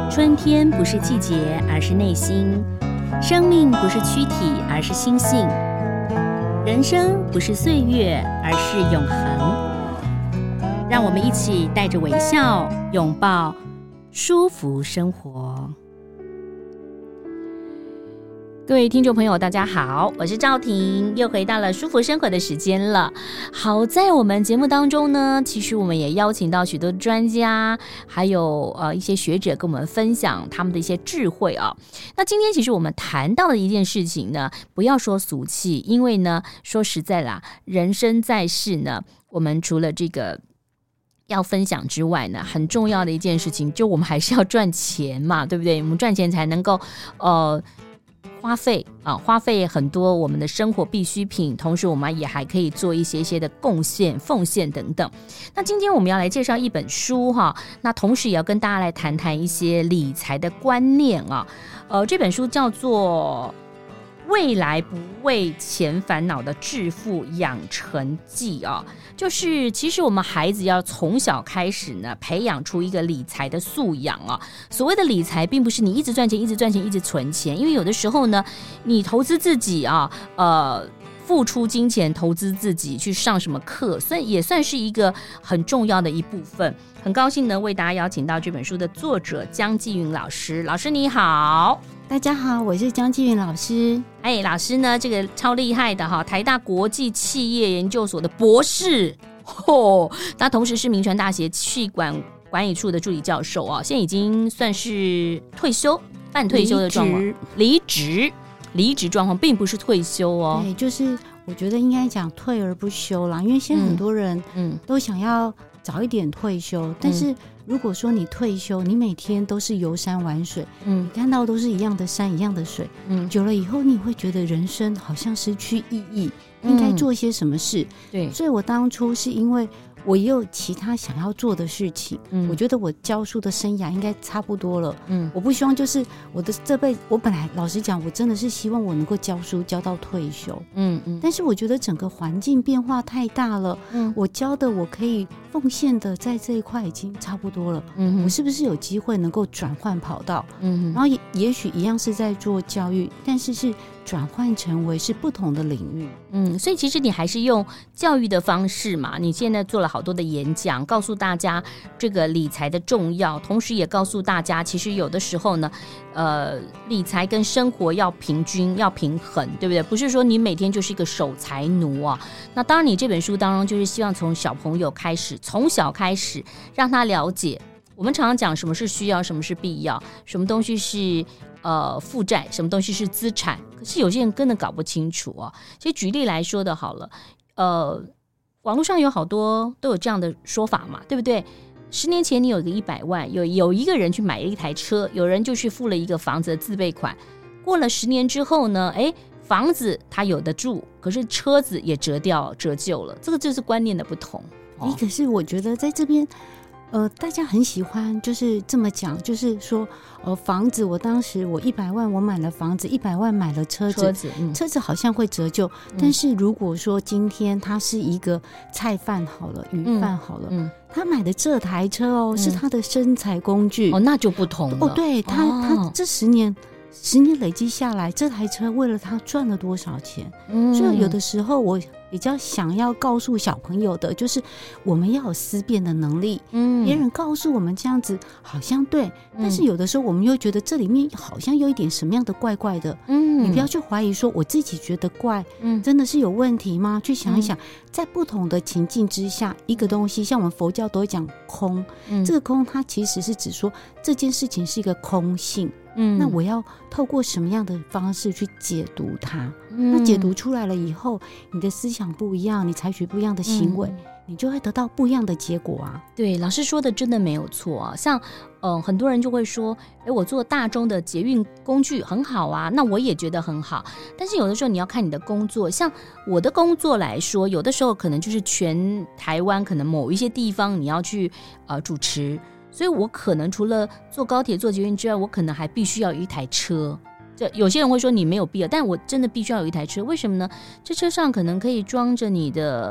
春天不是季节，而是内心；生命不是躯体，而是心性；人生不是岁月，而是永恒。让我们一起带着微笑，拥抱舒服生活。各位听众朋友大家好，我是赵婷，又回到了舒服生活的时间了。好在我们节目当中呢，其实我们也邀请到许多专家，还有一些学者跟我们分享他们的一些智慧啊。那今天其实我们谈到的一件事情呢，不要说俗气，因为呢说实在啦，人生在世呢，我们除了这个要分享之外呢，很重要的一件事情就我们还是要赚钱嘛，对不对？我们赚钱才能够花费很多我们的生活必需品，同时我们也还可以做一些的贡献、奉献等等。那今天我们要来介绍一本书哈，那同时也要跟大家来谈谈一些理财的观念啊。这本书叫做《未来不为钱烦恼的致富养成记》啊，就是其实我们孩子要从小开始呢，培养出一个理财的素养啊。所谓的理财，并不是你一直赚钱、一直赚钱、一直存钱，因为有的时候呢，你投资自己啊，付出金钱投资自己去上什么课，也算是一个很重要的一部分。很高兴呢，为大家邀请到这本书的作者江继云老师。老师你好。 大家好，我是江继云老师。 老师呢，这个超厉害的哈，台大国际企业研究所的博士，他同时是铭传大学企管管理处的助理教授啊，现在已经算是退休、半退休的状况，离职状况，并不是退休哦。 对，就是我觉得应该讲退而不休啦，因为现在很多人都想要早一点退休，但是如果说你退休，你每天都是游山玩水，你看到都是一样的山一样的水，久了以后你会觉得人生好像失去意义，应该做些什么事。对，所以我当初是因为我也有其他想要做的事情，我觉得我教书的生涯应该差不多了，我不希望就是我的这辈子，我本来老实讲，我真的是希望我能够教书教到退休，但是我觉得整个环境变化太大了，我教的我可以奉献的在这一块已经差不多了，我是不是有机会能够转换跑道，然后也许一样是在做教育，但是转换成为是不同的领域。 所以其实你还是用教育的方式嘛，你现在做了好多的演讲，告诉大家这个理财的重要，同时也告诉大家其实有的时候呢理财跟生活要平均要平衡，对不对？不是说你每天就是一个守财奴啊。那当然你这本书当中就是希望从小朋友开始，从小开始让他了解，我们常常讲什么是需要，什么是必要，什么东西是负债，什么东西是资产，可是有些人根本搞不清楚啊。其实举例来说的好了，网络上有好多都有这样的说法嘛，对不对？10年前你有一个100万，有一个人去买了一台车，有人就去付了一个房子的自备款，过了10年之后呢，房子他有的住，可是车子也折旧了，这个就是观念的不同。 可是我觉得在这边大家很喜欢就是这么讲，就是说房子我当时我100万我买了房子，100万买了车子，车子好像会折旧，但是如果说今天他是一个菜贩好了，鱼贩好了，他买的这台车是他的生财工具， 那就不同了。 对，他这10年累积下来，这台车为了他赚了多少钱？所以有的时候我比较想要告诉小朋友的就是我们要有思辨的能力，别人告诉我们这样子好像对，但是有的时候我们又觉得这里面好像有一点什么样的怪怪的，你不要去怀疑说我自己觉得怪，真的是有问题吗？去想一想，在不同的情境之下，一个东西像我们佛教都会讲空，这个空它其实是指说这件事情是一个空性，那我要透过什么样的方式去解读它，那解读出来了以后，你的思想不一样，你采取不一样的行为，你就会得到不一样的结果啊。 对，老师说的真的没有错啊。像很多人就会说我做大众的捷运工具很好啊，那我也觉得很好，但是有的时候你要看你的工作，像我的工作来说，有的时候可能就是全台湾可能某一些地方你要去主持，所以我可能除了坐高铁坐捷运之外，我可能还必须要有一台车。有些人会说你没有必要，但我真的必须要有一台车，为什么呢？这车上可能可以装着你的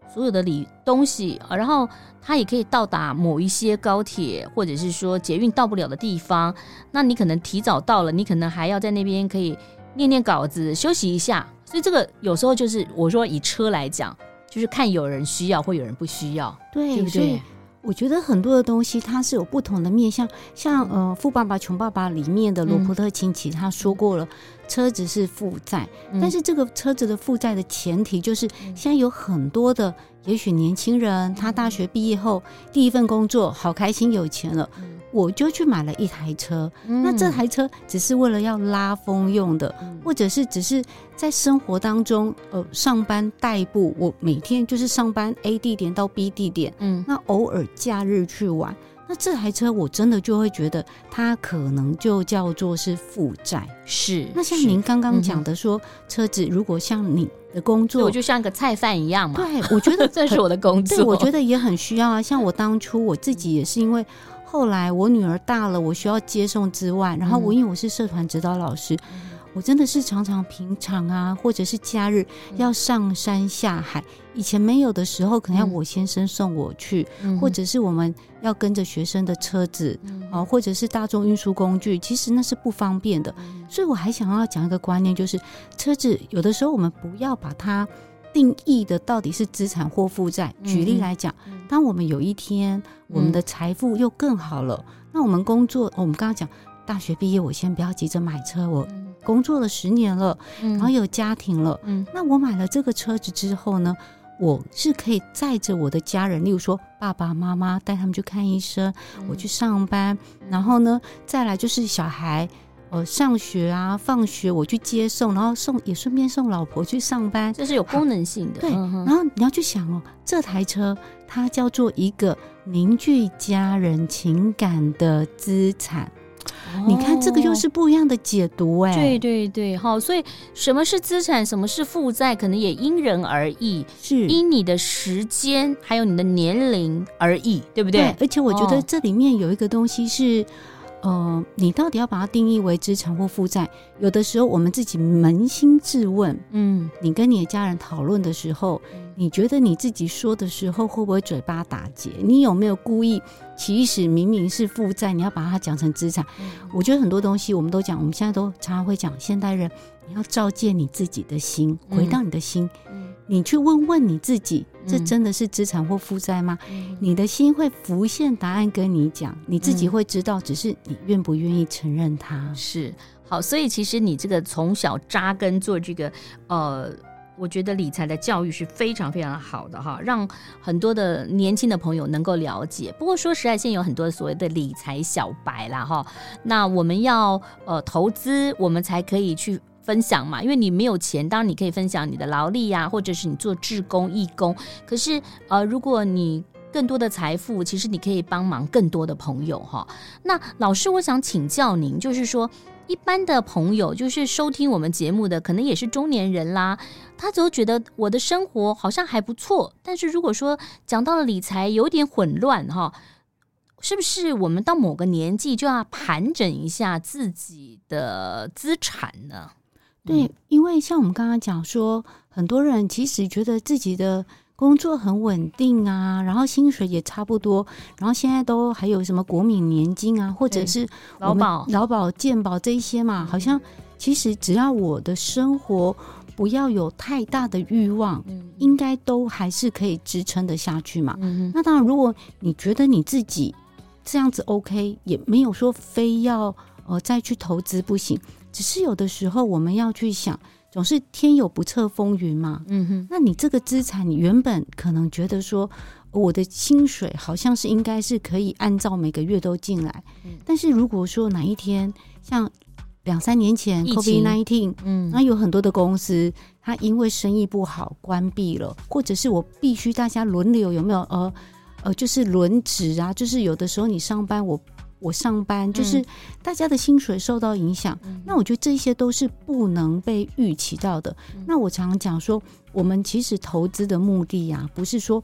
所有的东西，然后它也可以到达某一些高铁或者是说捷运到不了的地方，那你可能提早到了，你可能还要在那边可以念念稿子休息一下，所以这个有时候就是我说以车来讲，就是看有人需要或有人不需要，对不对？ 我觉得很多的东西它是有不同的面向，像富爸爸穷爸爸里面的罗伯特清崎他说过了，车子是负债，但是这个车子的负债的前提就是现在有很多的也许年轻人他大学毕业后第一份工作好开心有钱了，我就去买了一台车，那这台车只是为了要拉风用的，或者是只是在生活当中上班代步，我每天就是上班 A 地点到 B 地点，那偶尔假日去玩，那这台车我真的就会觉得它可能就叫做是负债。 是， 那像您刚刚讲的说，车子如果像你的工作， 我就像个菜贩一样嘛， 对，我觉得这是我的工作， 对，我觉得也很需要啊。像我当初我自己也是因为后来我女儿大了，我需要接送之外，然后因为我是社团指导老师，我真的是常常平常啊或者是假日要上山下海，以前没有的时候可能要我先生送我去，或者是我们要跟着学生的车子，或者是大众运输工具，其实那是不方便的。所以我还想要讲一个观念，就是车子有的时候我们不要把它定义的到底是资产或负债。举例来讲，当我们有一天我们的财富又更好了，那我们工作，我们刚刚讲大学毕业，我先不要急着买车，我工作了10年了，然后有家庭了，那我买了这个车子之后呢，我是可以载着我的家人，例如说爸爸妈妈带他们去看医生，我去上班，然后呢再来就是小孩上学啊放学我去接送，然后也顺便送老婆去上班，这是有功能性的。 对，然后你要去想这台车它叫做一个凝聚家人情感的资产，你看这个又是不一样的解读。 对对对，好，所以什么是资产什么是负债可能也因人而异，是因你的时间还有你的年龄而异，对不对？ 对，而且我觉得这里面有一个东西是你到底要把它定义为资产或负债，有的时候我们自己扪心自问，你跟你的家人讨论的时候，你觉得你自己说的时候会不会嘴巴打结？你有没有故意其实明明是负债，你要把它讲成资产？我觉得很多东西我们都讲，我们现在都常常会讲，现代人你要照见你自己的心，回到你的心，你去问问你自己，这真的是资产或负债吗？你的心会浮现答案跟你讲，你自己会知道，只是你愿不愿意承认它。 是，好，所以其实你这个从小扎根做这个我觉得理财的教育是非常非常好的哈，让很多的年轻的朋友能够了解。不过说实在，现在有很多所谓的理财小白啦哈，那我们要投资，我们才可以去分享嘛，因为你没有钱，当然你可以分享你的劳力啊，或者是你做志工义工，可是如果你更多的财富，其实你可以帮忙更多的朋友哈。那老师，我想请教您，就是说一般的朋友，就是收听我们节目的可能也是中年人啦，他都觉得我的生活好像还不错，但是如果说讲到了理财有点混乱哈，是不是我们到某个年纪就要盘整一下自己的资产呢？ 对，因为像我们刚刚讲说，很多人其实觉得自己的工作很稳定啊，然后薪水也差不多，然后现在都还有什么国民年金啊，或者是劳保健保这一些嘛，好像其实只要我的生活不要有太大的欲望，应该都还是可以支撑得下去嘛。那当然如果你觉得你自己这样子 OK， 也没有说非要再去投资不行，只是有的时候我们要去想，总是天有不测风云嘛。那你这个资产，你原本可能觉得说我的薪水好像是应该是可以按照每个月都进来，但是如果说哪一天像2-3年前 COVID-19， 那有很多的公司它因为生意不好关闭了，或者是我必须大家轮流，有没有就是轮值啊，就是有的时候你上班我上班，就是大家的薪水受到影响，那我觉得这些都是不能被预期到的。那我常常讲说，我们其实投资的目的啊，不是说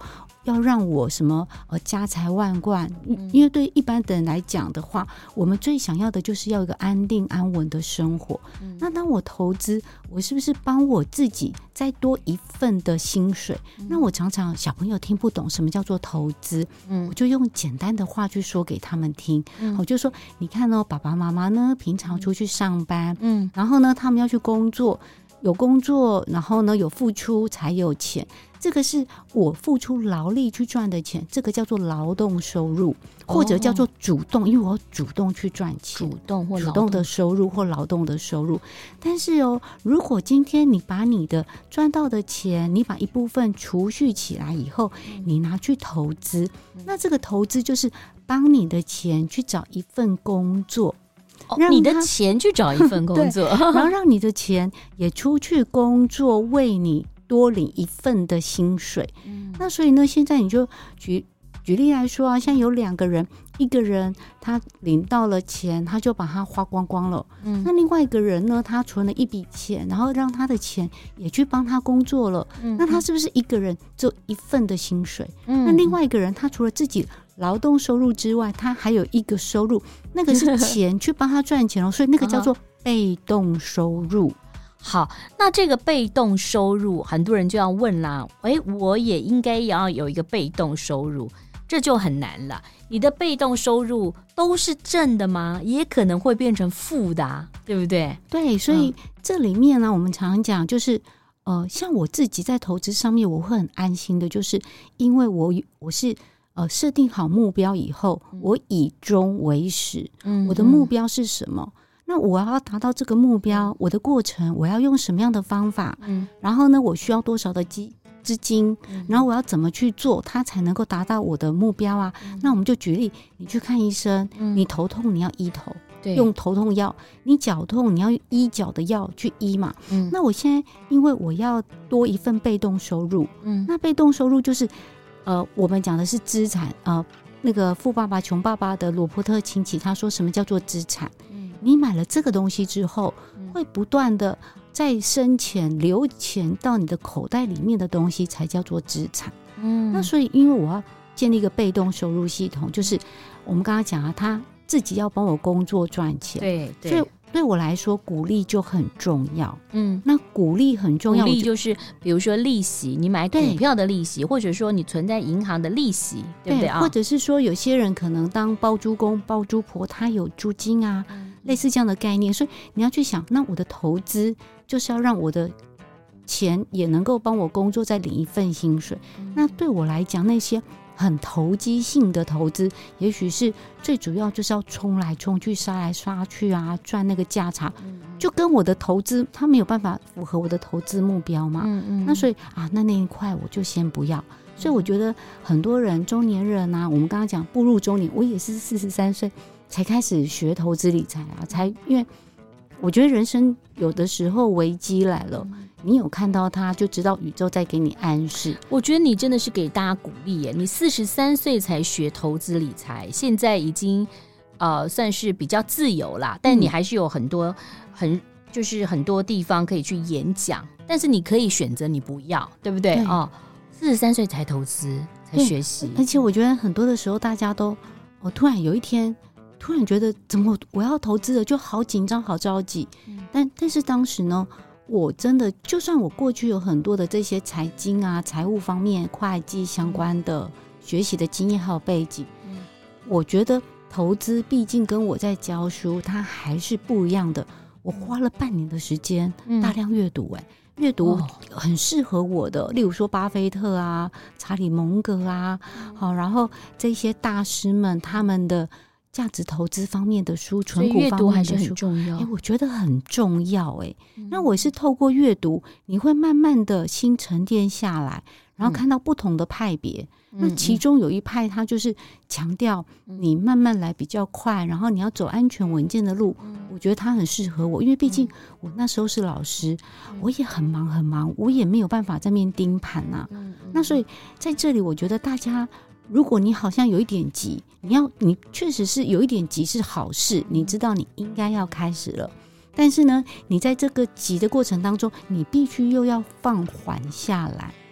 要让我什么家财万贯，因为对一般的人来讲的话，我们最想要的就是要一个安定安稳的生活。那当我投资，我是不是帮我自己再多一份的薪水？那我常常小朋友听不懂什么叫做投资，我就用简单的话去说给他们听。我就说，你看爸爸妈妈呢平常出去上班，然后呢他们要去工作，有工作，然后呢有付出才有钱。这个是我付出劳力去赚的钱，这个叫做劳动收入，或者叫做主动，因为我要主动去赚钱，主动的收入或劳动的收入。但是如果今天你把你的赚到的钱，你把一部分储蓄起来以后，你拿去投资，那这个投资就是帮你的钱去找一份工作。 你的钱去找一份工作然后让你的钱也出去工作，为你多领一份的薪水。那所以呢，现在你就举例来说啊，像有2个人，一个人他领到了钱，他就把它花光光了。那另外一个人呢，他存了一笔钱，然后让他的钱也去帮他工作了。那他是不是一个人只有一份的薪水？那另外一个人，他除了自己劳动收入之外，他还有一个收入，那个是钱去帮他赚钱所以那个叫做被动收入。 好，那这个被动收入，很多人就要问啦，我也应该要有一个被动收入，这就很难了。你的被动收入都是正的吗？也可能会变成负的对不对？ 对，所以这里面呢，我们常讲就是像我自己在投资上面，我会很安心的，就是因为我是设定好目标以后，我以终为始。我的目标是什么？那我要达到这个目标，我的过程我要用什么样的方法？然后呢，我需要多少的资金？然后我要怎么去做，它才能够达到我的目标啊？那我们就举例，你去看医生，你头痛你要医头，用头痛药；你脚痛你要医脚的药去医嘛。那我现在因为我要多一份被动收入，那被动收入就是我们讲的是资产。那个富爸爸穷爸爸的罗伯特清崎他说什么叫做资产？你买了这个东西之后，会不断的在生钱流钱到你的口袋里面的东西才叫做资产。那所以因为我要建立一个被动收入系统，就是我们刚刚讲他自己要帮我工作赚钱，对，所以对我来说鼓励就很重要。那鼓励很重要， 鼓励就是比如说利息，你买股票的利息，或者说你存在银行的利息，对不对或者是说有些人可能当包租公包租婆，他有租金啊，类似这样的概念。所以你要去想，那我的投资就是要让我的钱也能够帮我工作再领一份薪水。那对我来讲，那些很投机性的投资，也许是最主要就是要冲来冲去杀来杀去啊，赚那个价差，就跟我的投资它没有办法符合我的投资目标嘛。那所以那一块我就先不要。所以我觉得很多人中年人啊，我们刚刚讲步入中年，我也是43岁才开始学投资理财因为我觉得人生有的时候危机来了，你有看到它，就知道宇宙在给你暗示。 我觉得你真的是给大家鼓励耶！你43岁才学投资理财，现在已经算是比较自由啦，但你还是有很多就是很多地方可以去演讲，但是你可以选择你不要，对不对？43岁才投资才学习， 而且我觉得很多的时候大家都突然有一天突然觉得怎么我要投资了，就好紧张好着急。但是当时呢，我真的就算我过去有很多的这些财经啊财务方面会计相关的学习的经验还有背景，我觉得投资毕竟跟我在教书它还是不一样的。我花了半年的时间大量阅读阅读很适合我的，例如说巴菲特啊查理蒙格啊然后这些大师们他们的价值投资方面的书，纯股方面的书，所以阅读还是很重要。 我觉得很重要那我是透过阅读，你会慢慢的心沉淀下来，然后看到不同的派别。那其中有一派，他就是强调你慢慢来比较快，然后你要走安全稳健的路。我觉得他很适合我，因为毕竟我那时候是老师，我也很忙，我也没有办法在面盯盘那所以在这里，我觉得大家，如果你好像有一点急，你确实是有一点急是好事，你知道你应该要开始了，但是呢，你在这个急的过程当中，你必须又要放缓下来。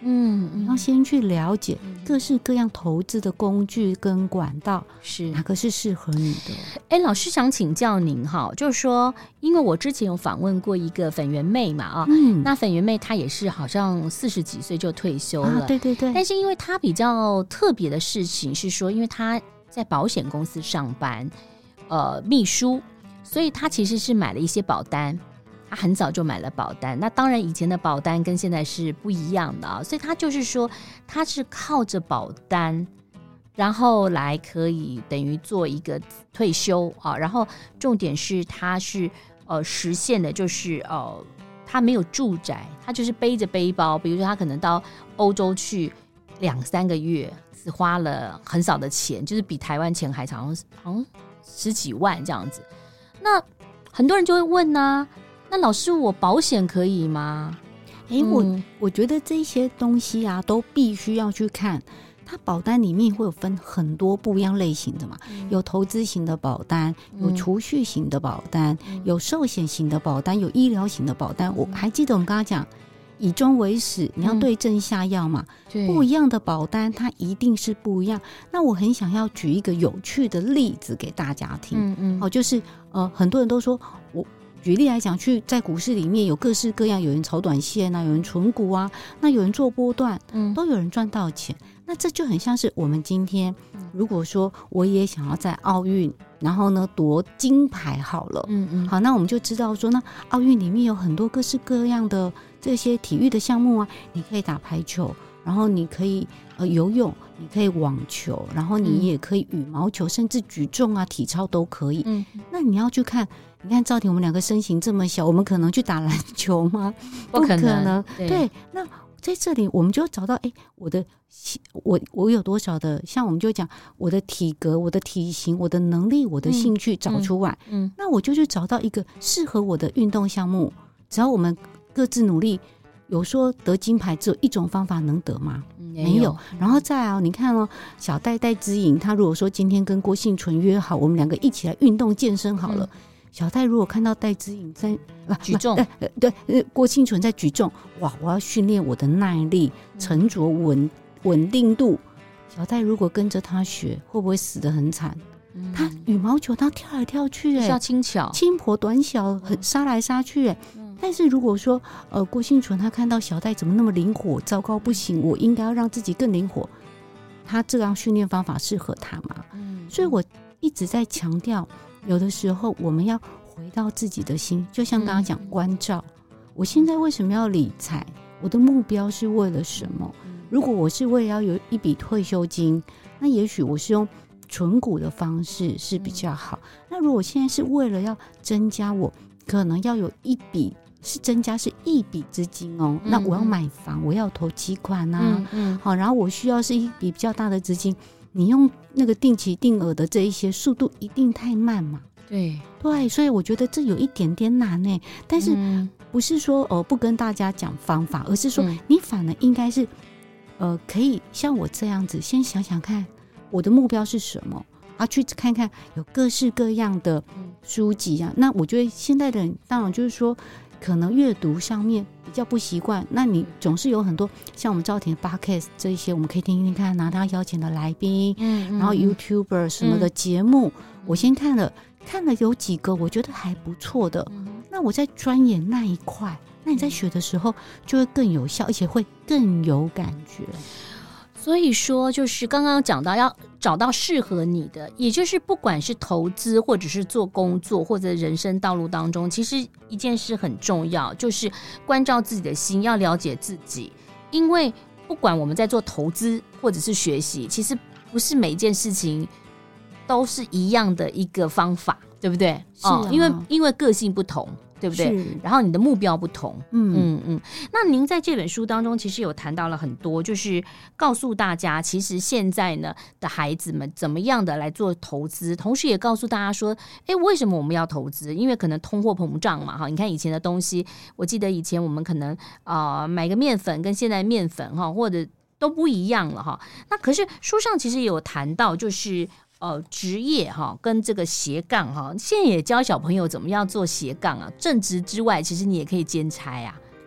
你要先去了解各式各样投资的工具跟管道，是哪个是适合你的。 老师想请教您哈，就是说，因为我之前有访问过一个粉圆妹嘛那粉圆妹她也是好像40几岁就退休了， 对对对。 但是因为她比较特别的事情是说，因为她在保险公司上班，秘书，所以她其实是买了一些保单。他很早就买了保单，那当然以前的保单跟现在是不一样的所以他就是说他是靠着保单然后来可以等于做一个退休然后重点是他是实现的就是他没有住宅，他就是背着背包，比如说他可能到欧洲去2-3个月，只花了很少的钱，就是比台湾钱还好像10几万这样子。那很多人就会问那老师我保险可以吗？ 我觉得这些东西都必须要去看，它保单里面会有分很多不一样类型的嘛，有投资型的保单，有储蓄型的保单，有寿险型的保单，有医疗型的保单。我还记得我们刚刚讲以终为始，你要对症下药嘛，不一样的保单它一定是不一样。那我很想要举一个有趣的例子给大家听，就是很多人都说我举例来讲，在股市里面有各式各样，有人炒短线有人存股那有人做波段，都有人赚到钱。那这就很像是我们今天如果说我也想要在奥运然后呢夺金牌好了，好，那我们就知道说，那奥运里面有很多各式各样的这些体育的项目你可以打排球，然后你可以游泳，你可以网球，然后你也可以羽毛球，甚至举重体操都可以。那你要去看，你看赵婷我们2个身形这么小，我们可能去打篮球吗？不可能。对，那在这里我们就找到我有多少的，像我们就讲我的体格，我的体型，我的能力，我的兴趣找出来，那我就去找到一个适合我的运动项目。只要我们各自努力，有说得金牌只有一种方法能得吗？没有。然后再来你看小戴之颖，他如果说今天跟郭婞淳约好，我们2个一起来运动健身好了，小戴如果看到戴之颖在举重， 郭婞淳在举重，哇，我要训练我的耐力、沉着稳定度。小戴如果跟着他学，会不会死得很惨？他羽毛球他跳来跳去要轻巧、 轻薄短小，很杀来杀去但是如果说郭婞淳他看到小戴怎么那么灵活，糟糕不行，我应该要让自己更灵活，他这样训练方法适合他吗？所以我一直在强调，有的时候我们要回到自己的心，就像刚刚讲关照，我现在为什么要理财？我的目标是为了什么？如果我是为了要有一笔退休金，那也许我是用存股的方式是比较好。那如果现在是为了要增加，我可能要有一笔是增加是一笔资金那我要买房，我要投期款好，然后我需要是一笔比较大的资金，你用那个定期定额的这一些速度一定太慢嘛。对，所以我觉得这有一点点难但是不是说不跟大家讲方法，而是说你反而应该是可以像我这样子，先想想看我的目标是什么去看看有各式各样的书籍那我觉得现在的人当然就是说可能阅读上面比较不习惯，那你总是有很多像我们赵婷 Podcast 这一些，我们可以听听看，拿他邀请的来宾然后 YouTuber 什么的节目我先看了有几个我觉得还不错的那我在钻研那一块，那你在学的时候就会更有效，而且会更有感觉。 所以说就是刚刚讲到要找到适合你的，也就是不管是投资或者是做工作或者人生道路当中，其实一件事很重要，就是关照自己的心，要了解自己。因为不管我们在做投资或者是学习，其实不是每一件事情都是一样的一个方法，对不对？ 是因为个性不同，对不对？然后你的目标不同。那您在这本书当中其实有谈到了很多，就是告诉大家其实现在呢的孩子们怎么样的来做投资，同时也告诉大家说为什么我们要投资？因为可能通货膨胀嘛，你看以前的东西，我记得以前我们可能买个面粉跟现在面粉或者都不一样了那可是书上其实也有谈到，就是职业跟这个斜杠现在也教小朋友怎么样做斜杠正职之外，其实你也可以兼差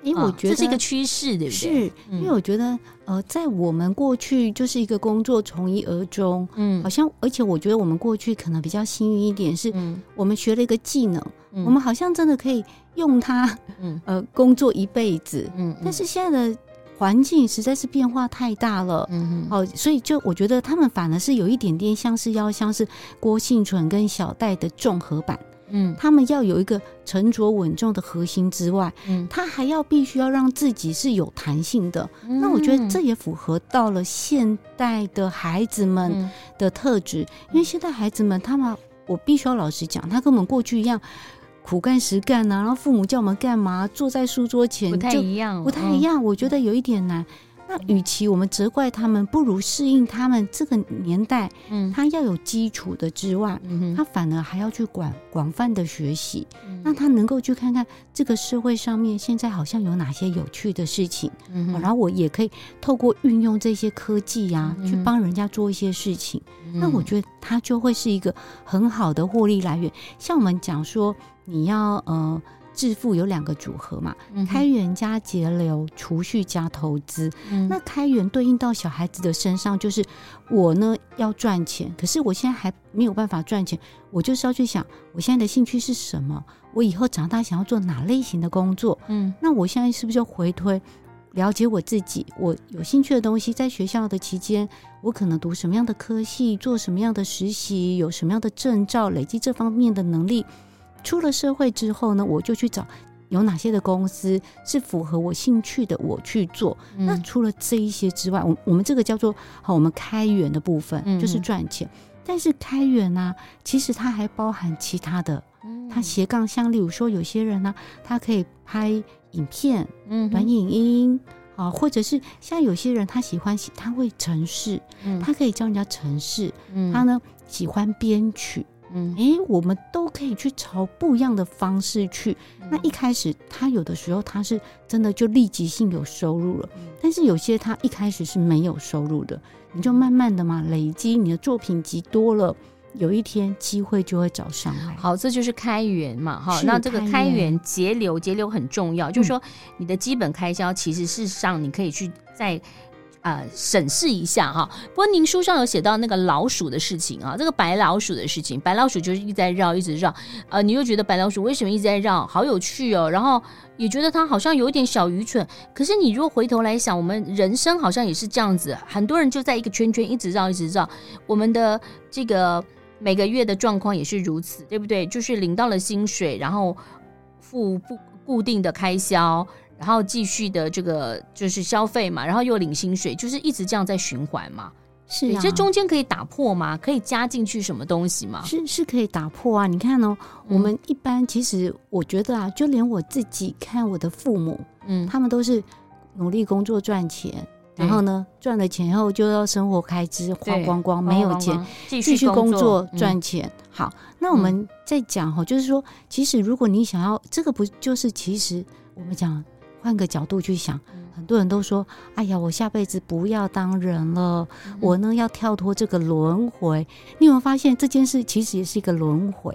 我觉得这是一个趋势，对不对？ 是，因为我觉得在我们过去就是一个工作从一而终，好像而且我觉得我们过去可能比较幸运一点，是我们学了一个技能，我们好像真的可以用它工作一辈子，但是现在的环境实在是变化太大了，所以就我觉得他们反而是有一点点像是郭幸存跟小戴的综合版。他们要有一个沉着稳重的核心之外，他还要必须要让自己是有弹性的。那我觉得这也符合到了现代的孩子们的特质，因为现在孩子们我必须要老实讲，他跟我们过去一样苦干实干啊，然后父母叫我们干嘛，坐在书桌前不太一样， 我觉得有一点难。那与其我们责怪他们，不如适应他们这个年代，他要有基础的之外，他反而还要去广泛的学习，让他能够去看看这个社会上面现在好像有哪些有趣的事情，然后我也可以透过运用这些科技啊，去帮人家做一些事情，那我觉得他就会是一个很好的获利来源。像我们讲说你要致富有2个组合嘛，开源加节流，储蓄加投资。那开源对应到小孩子的身上，就是我呢要赚钱，可是我现在还没有办法赚钱，我就是要去想我现在的兴趣是什么，我以后长大想要做哪类型的工作。那我现在是不是就回推了解我自己，我有兴趣的东西，在学校的期间我可能读什么样的科系，做什么样的实习，有什么样的证照，累积这方面的能力。出了社会之后呢，我就去找有哪些的公司是符合我兴趣的，我去做。那除了这一些之外，我们这个叫做我们开源的部分，就是赚钱。但是开源啊，其实它还包含其他的，它斜杠，像例如说有些人呢，他可以拍影片、短影音或者是像有些人他他会程式，他可以教人家程式，他呢喜欢编曲。我们都可以去朝不一样的方式去。那一开始他有的时候他是真的就立即性有收入了，但是有些他一开始是没有收入的，你就慢慢的嘛累积，你的作品集多了，有一天机会就会找上来。 好，这就是开源嘛。那这个开源节流很重要，就是说你的基本开销其实事实上你可以去在审视一下哈。不过您书上有写到那个老鼠的事情啊，这个白老鼠的事情，白老鼠就是一直在绕，你又觉得白老鼠为什么一直在绕，好有趣哦，然后也觉得它好像有点小愚蠢。可是你如果回头来想，我们人生好像也是这样子，很多人就在一个圈圈一直绕，我们的这个每个月的状况也是如此，对不对？就是领到了薪水，然后付不固定的开销，然后继续的这个就是消费嘛，然后又领薪水，就是一直这样在循环嘛。 是啊， 这中间可以打破吗？可以加进去什么东西吗？ 是可以打破啊。你看哦，我们一般其实我觉得啊，就连我自己看我的父母，他们都是努力工作赚钱，然后呢赚了钱后就要生活开支花光光，没有钱继续工作赚钱。好，那我们再讲就是说，其实如果你想要这个，不就是其实我们讲换个角度去想，很多人都说哎呀我下辈子不要当人了，我呢要跳脱这个轮回。你有没有发现这件事其实也是一个轮回？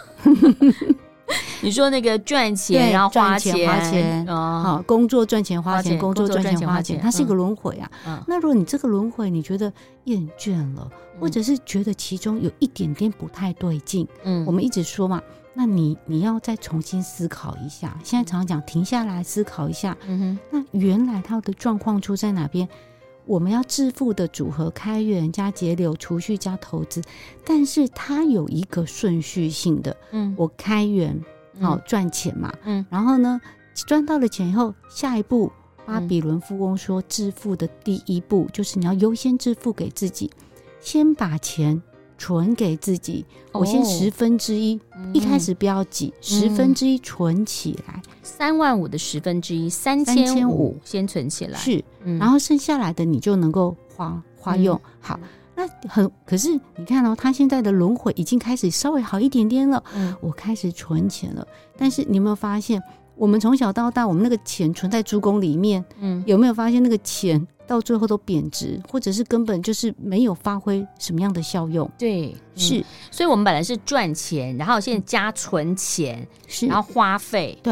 你说那个赚钱然后花钱工作赚钱花钱，工作赚钱花钱，它是一个轮回啊。那如果你这个轮回你觉得厌倦了，或者是觉得其中有一点点不太对劲，我们一直说嘛，那你要再重新思考一下。现在常常讲停下来思考一下，那原来它的状况出在哪边？我们要致富的组合，开源加节流，储蓄加投资，但是它有一个顺序性的。我开源赚钱嘛，然后呢赚到了钱以后，下一步巴比伦富翁说致富的第一步就是你要优先致富给自己，先把钱存给自己。我先1/10，一开始不要挤，1/10存起来 ，35000的1/10，3500先存起来， 是，然后剩下来的你就能够花用。好，那可是你看他现在的轮回已经开始稍微好一点点了，我开始存钱了，但是你有没有发现，我们从小到大，我们那个钱存在猪公里面，有没有发现那个钱到最后都贬值，或者是根本就是没有发挥什么样的效用？ 对， 是， 所以我们本来是赚钱，然后现在加存钱，是，然后花费， 对，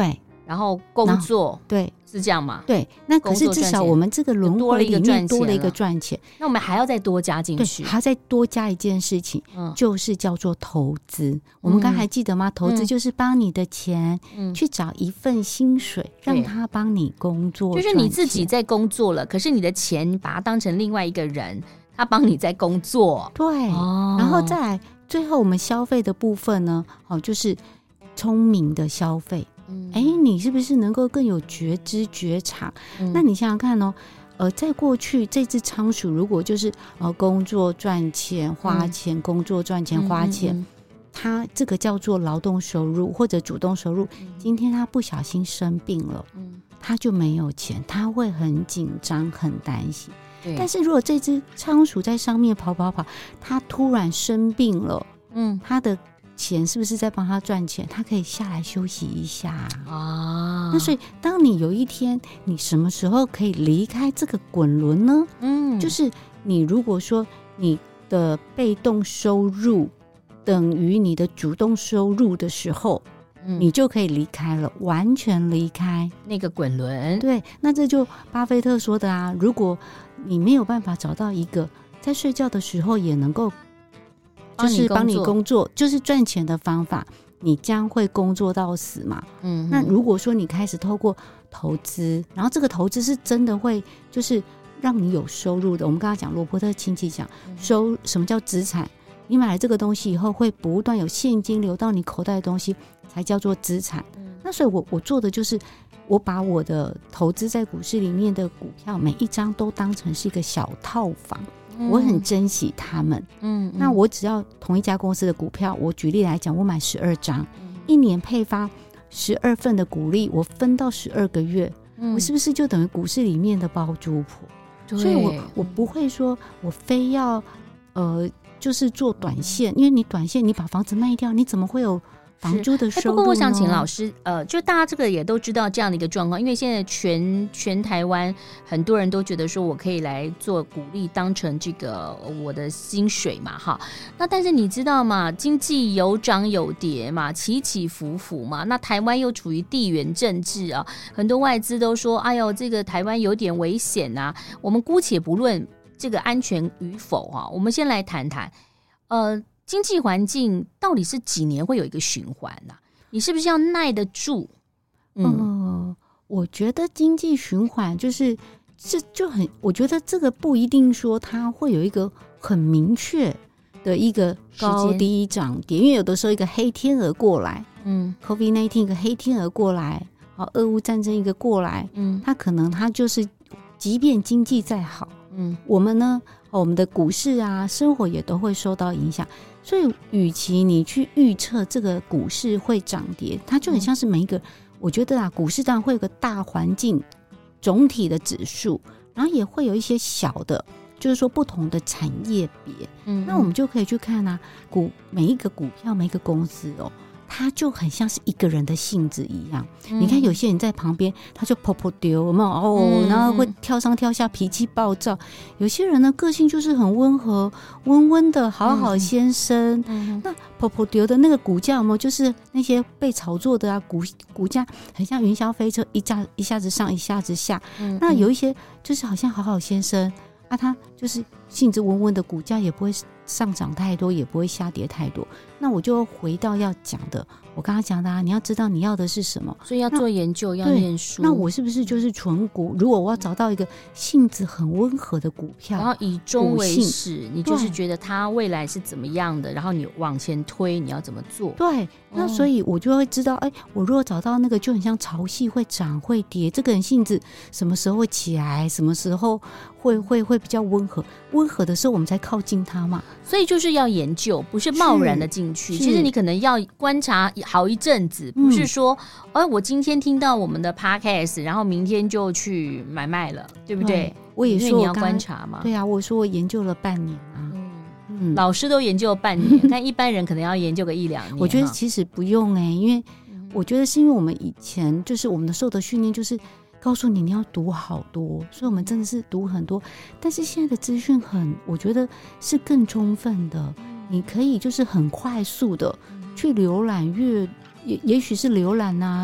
然后工作， 对， 是这样吗？ 对，那可是至少我们这个轮回里面多了一个赚钱， 那我们还要再多加进去， 还要再多加一件事情，就是叫做投资。我们刚才记得吗？投资就是帮你的钱去找一份薪水，让他帮你工作， 就是你自己在工作了，可是你的钱你把它当成另外一个人，他帮你在工作。 对，然后再来最后我们消费的部分呢，就是聪明的消费。你是不是能够更有觉知觉察？那你想想看哦，在过去这只仓鼠如果就是工作赚钱花钱，工作赚钱花钱，它这个叫做劳动收入或者主动收入。今天它不小心生病了，它就没有钱，它会很紧张很担心。但是如果这只仓鼠在上面跑，它突然生病了，它的钱是不是在帮他赚钱？他可以下来休息一下啊。那所以，当你有一天，你什么时候可以离开这个滚轮呢？就是你如果说你的被动收入等于你的主动收入的时候，你就可以离开了，完全离开那个滚轮。 对，那这就巴菲特说的啊，如果你没有办法找到一个在睡觉的时候也能够就是帮你工作，就是赚钱的方法，你将会工作到死嘛。那如果说你开始透过投资，然后这个投资是真的会就是让你有收入的。我们刚刚讲罗伯特亲戚讲什么叫资产，你买了这个东西以后会不断有现金流到你口袋的东西才叫做资产。那所以我做的就是我把我的投资在股市里面的股票每一张都当成是一个小套房，我很珍惜他们。那我只要同一家公司的股票，我举例来讲，我买12张，一年配发12份的股利，我分到12个月，我是不是就等于股市里面的包租婆？所以我不会说我非要就是做短线，因为你短线你把房子卖掉，你怎么会有房租的收入呢？ 不过我想请老师，就大家这个也都知道这样的一个状况，因为现在全台湾很多人都觉得说我可以来做股利当成这个我的薪水嘛，哈。那但是你知道吗？经济有涨有跌嘛，起起伏伏嘛。那台湾又处于地缘政治啊，很多外资都说，哎呦，这个台湾有点危险啊。我们姑且不论这个安全与否啊，我们先来谈谈，经济环境到底是几年会有一个循环啊？你是不是要耐得住？ 我觉得经济循环我觉得这个不一定说它会有一个很明确的一个高低涨跌，因为有的时候一个黑天鹅过来，COVID-19 一个黑天鹅过来，俄乌战争一个过来，它就是即便经济再好，我们呢，我们的股市啊，生活也都会受到影响。所以与其你去预测这个股市会涨跌，它就很像是每一个，我觉得股市当然会有个大环境总体的指数，然后也会有一些小的，就是说不同的产业别，那我们就可以去看每一个股票每一个公司它就很像是一个人的性质一样。你看有些人在旁边他就噗噗丢，有没有然后会跳上跳下，脾气暴躁。有些人呢个性就是很温和温温的好好先生，那噗噗丢的那个股价有没有就是那些被炒作的股价很像云霄飞车，一下子上一下子下。那有一些就是好像好好先生他就是性质温温的，股价也不会上涨太多，也不会下跌太多。那我就回到要讲的，我刚刚讲的你要知道你要的是什么， 所以要做研究，要念书。 那我是不是就是纯股？如果我要找到一个性质很温和的股票， 然后以终为始，你就是觉得它未来是怎么样的，然后你往前推，你要怎么做？ 对，那所以我就会知道，我如果找到那个就很像潮汐会涨会跌，这个人性质什么时候会起来，什么时候会比较温和，温和的时候我们才靠近它嘛。 所以就是要研究，不是贸然的进去。其实你可能要观察好一阵子，不是说我今天听到我们的 podcast， 然后明天就去买卖了，对不对？ 我也说因为你要观察嘛。 对啊，我说我研究了半年啊。 老师都研究了半年，但一般人可能要研究个1-2年。 我觉得其实不用因为我觉得是因为我们以前就是我们的受的训练就是告诉你要读好多，所以我们真的是读很多。但是现在的资讯我觉得是更充分的，你可以就是很快速的去浏览也许是浏览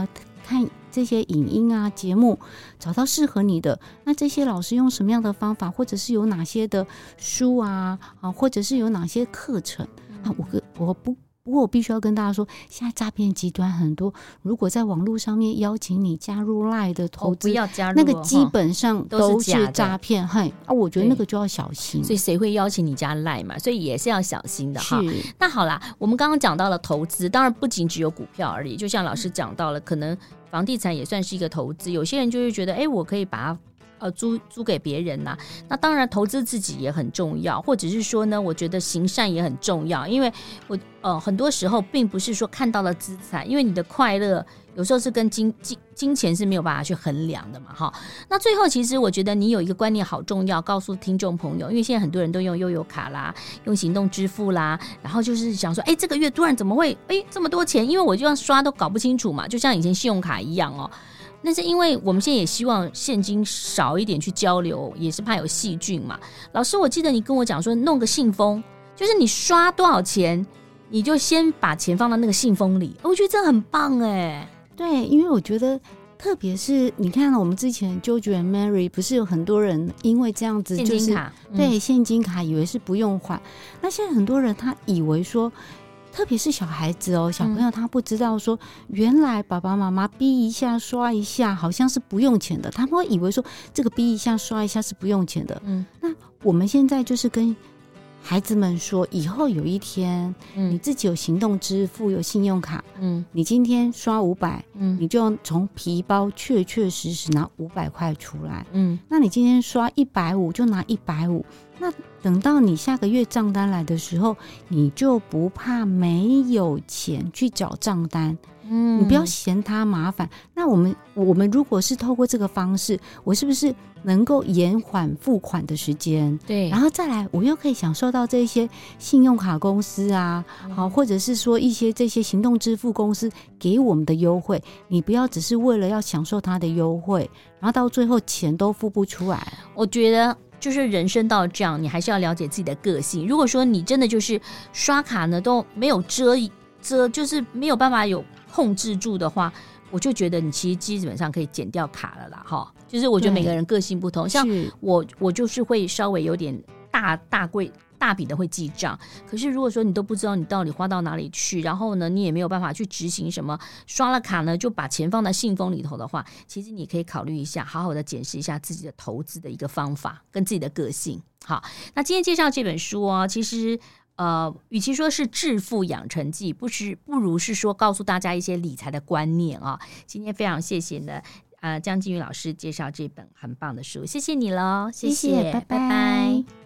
看这些影音啊节目，找到适合你的。那这些老师用什么样的方法，或者是有哪些的书啊，或者是有哪些课程啊？不过我必须要跟大家说，现在诈骗集团很多，如果在网络上面邀请你加入 LINE 的投资， 不要加入， 那个基本上都是诈骗。我觉得那个就要小心。 所以谁会邀请你加 LINE 嘛？所以也是要小心的哈。那好啦，我们刚刚讲到了投资，当然不仅只有股票而已，就像老师讲到了，可能房地产也算是一个投资。有些人就会觉得，我可以把它租给别人呐，那当然投资自己也很重要，或者是说呢，我觉得行善也很重要，因为我很多时候并不是说看到了资产，因为你的快乐有时候是跟金钱是没有办法去衡量的嘛哈。那最后其实我觉得你有一个观念好重要，告诉听众朋友，因为现在很多人都用悠游卡啦，用行动支付啦，然后就是想说这个月突然怎么会这么多钱，因为我就要刷都搞不清楚嘛，就像以前信用卡一样哦。但是因为我们现在也希望现金少一点去交流，也是怕有细菌嘛。老师，我记得你跟我讲说弄个信封，就是你刷多少钱你就先把钱放到那个信封里，我觉得这很棒哎。 对，因为我觉得特别是你看我们之前 Jojo and Mary 不是有很多人因为这样子就是现金卡， 对，现金卡以为是不用还，那现在很多人他以为说，特别是小孩子小朋友他不知道说，原来爸爸妈妈逼一下刷一下好像是不用钱的，他们会以为说这个逼一下刷一下是不用钱的。那我们现在就是跟孩子们说，以后有一天你自己有行动支付有信用卡，你今天刷500，你就从皮包确实拿500块出来，那你今天刷150就拿150，那等到你下个月账单来的时候，你就不怕没有钱去缴账单，你不要嫌它麻烦。那我们如果是透过这个方式，我是不是能够延缓付款的时间？ 对， 然后再来我又可以享受到这些信用卡公司啊，或者是说一些这些行动支付公司给我们的优惠，你不要只是为了要享受它的优惠，然后到最后钱都付不出来。 我觉得就是人生到这样，你还是要了解自己的个性。如果说你真的就是刷卡呢都没有遮，就是没有办法有控制住的话，我就觉得你其实基本上可以减掉卡了啦哈。就是我觉得每个人个性不同，像我就是会稍微有点大笔的会记账，可是如果说你都不知道你到底花到哪里去，然后呢你也没有办法去执行什么，刷了卡呢就把钱放在信封里头的话，其实你可以考虑一下，好好的检视一下自己的投资的一个方法跟自己的个性。好，那今天介绍这本书其实与其说是致富养成记，不如是说告诉大家一些理财的观念啊。今天非常谢谢呢江金宇老师介绍这本很棒的书，谢谢你咯，谢谢， 拜拜。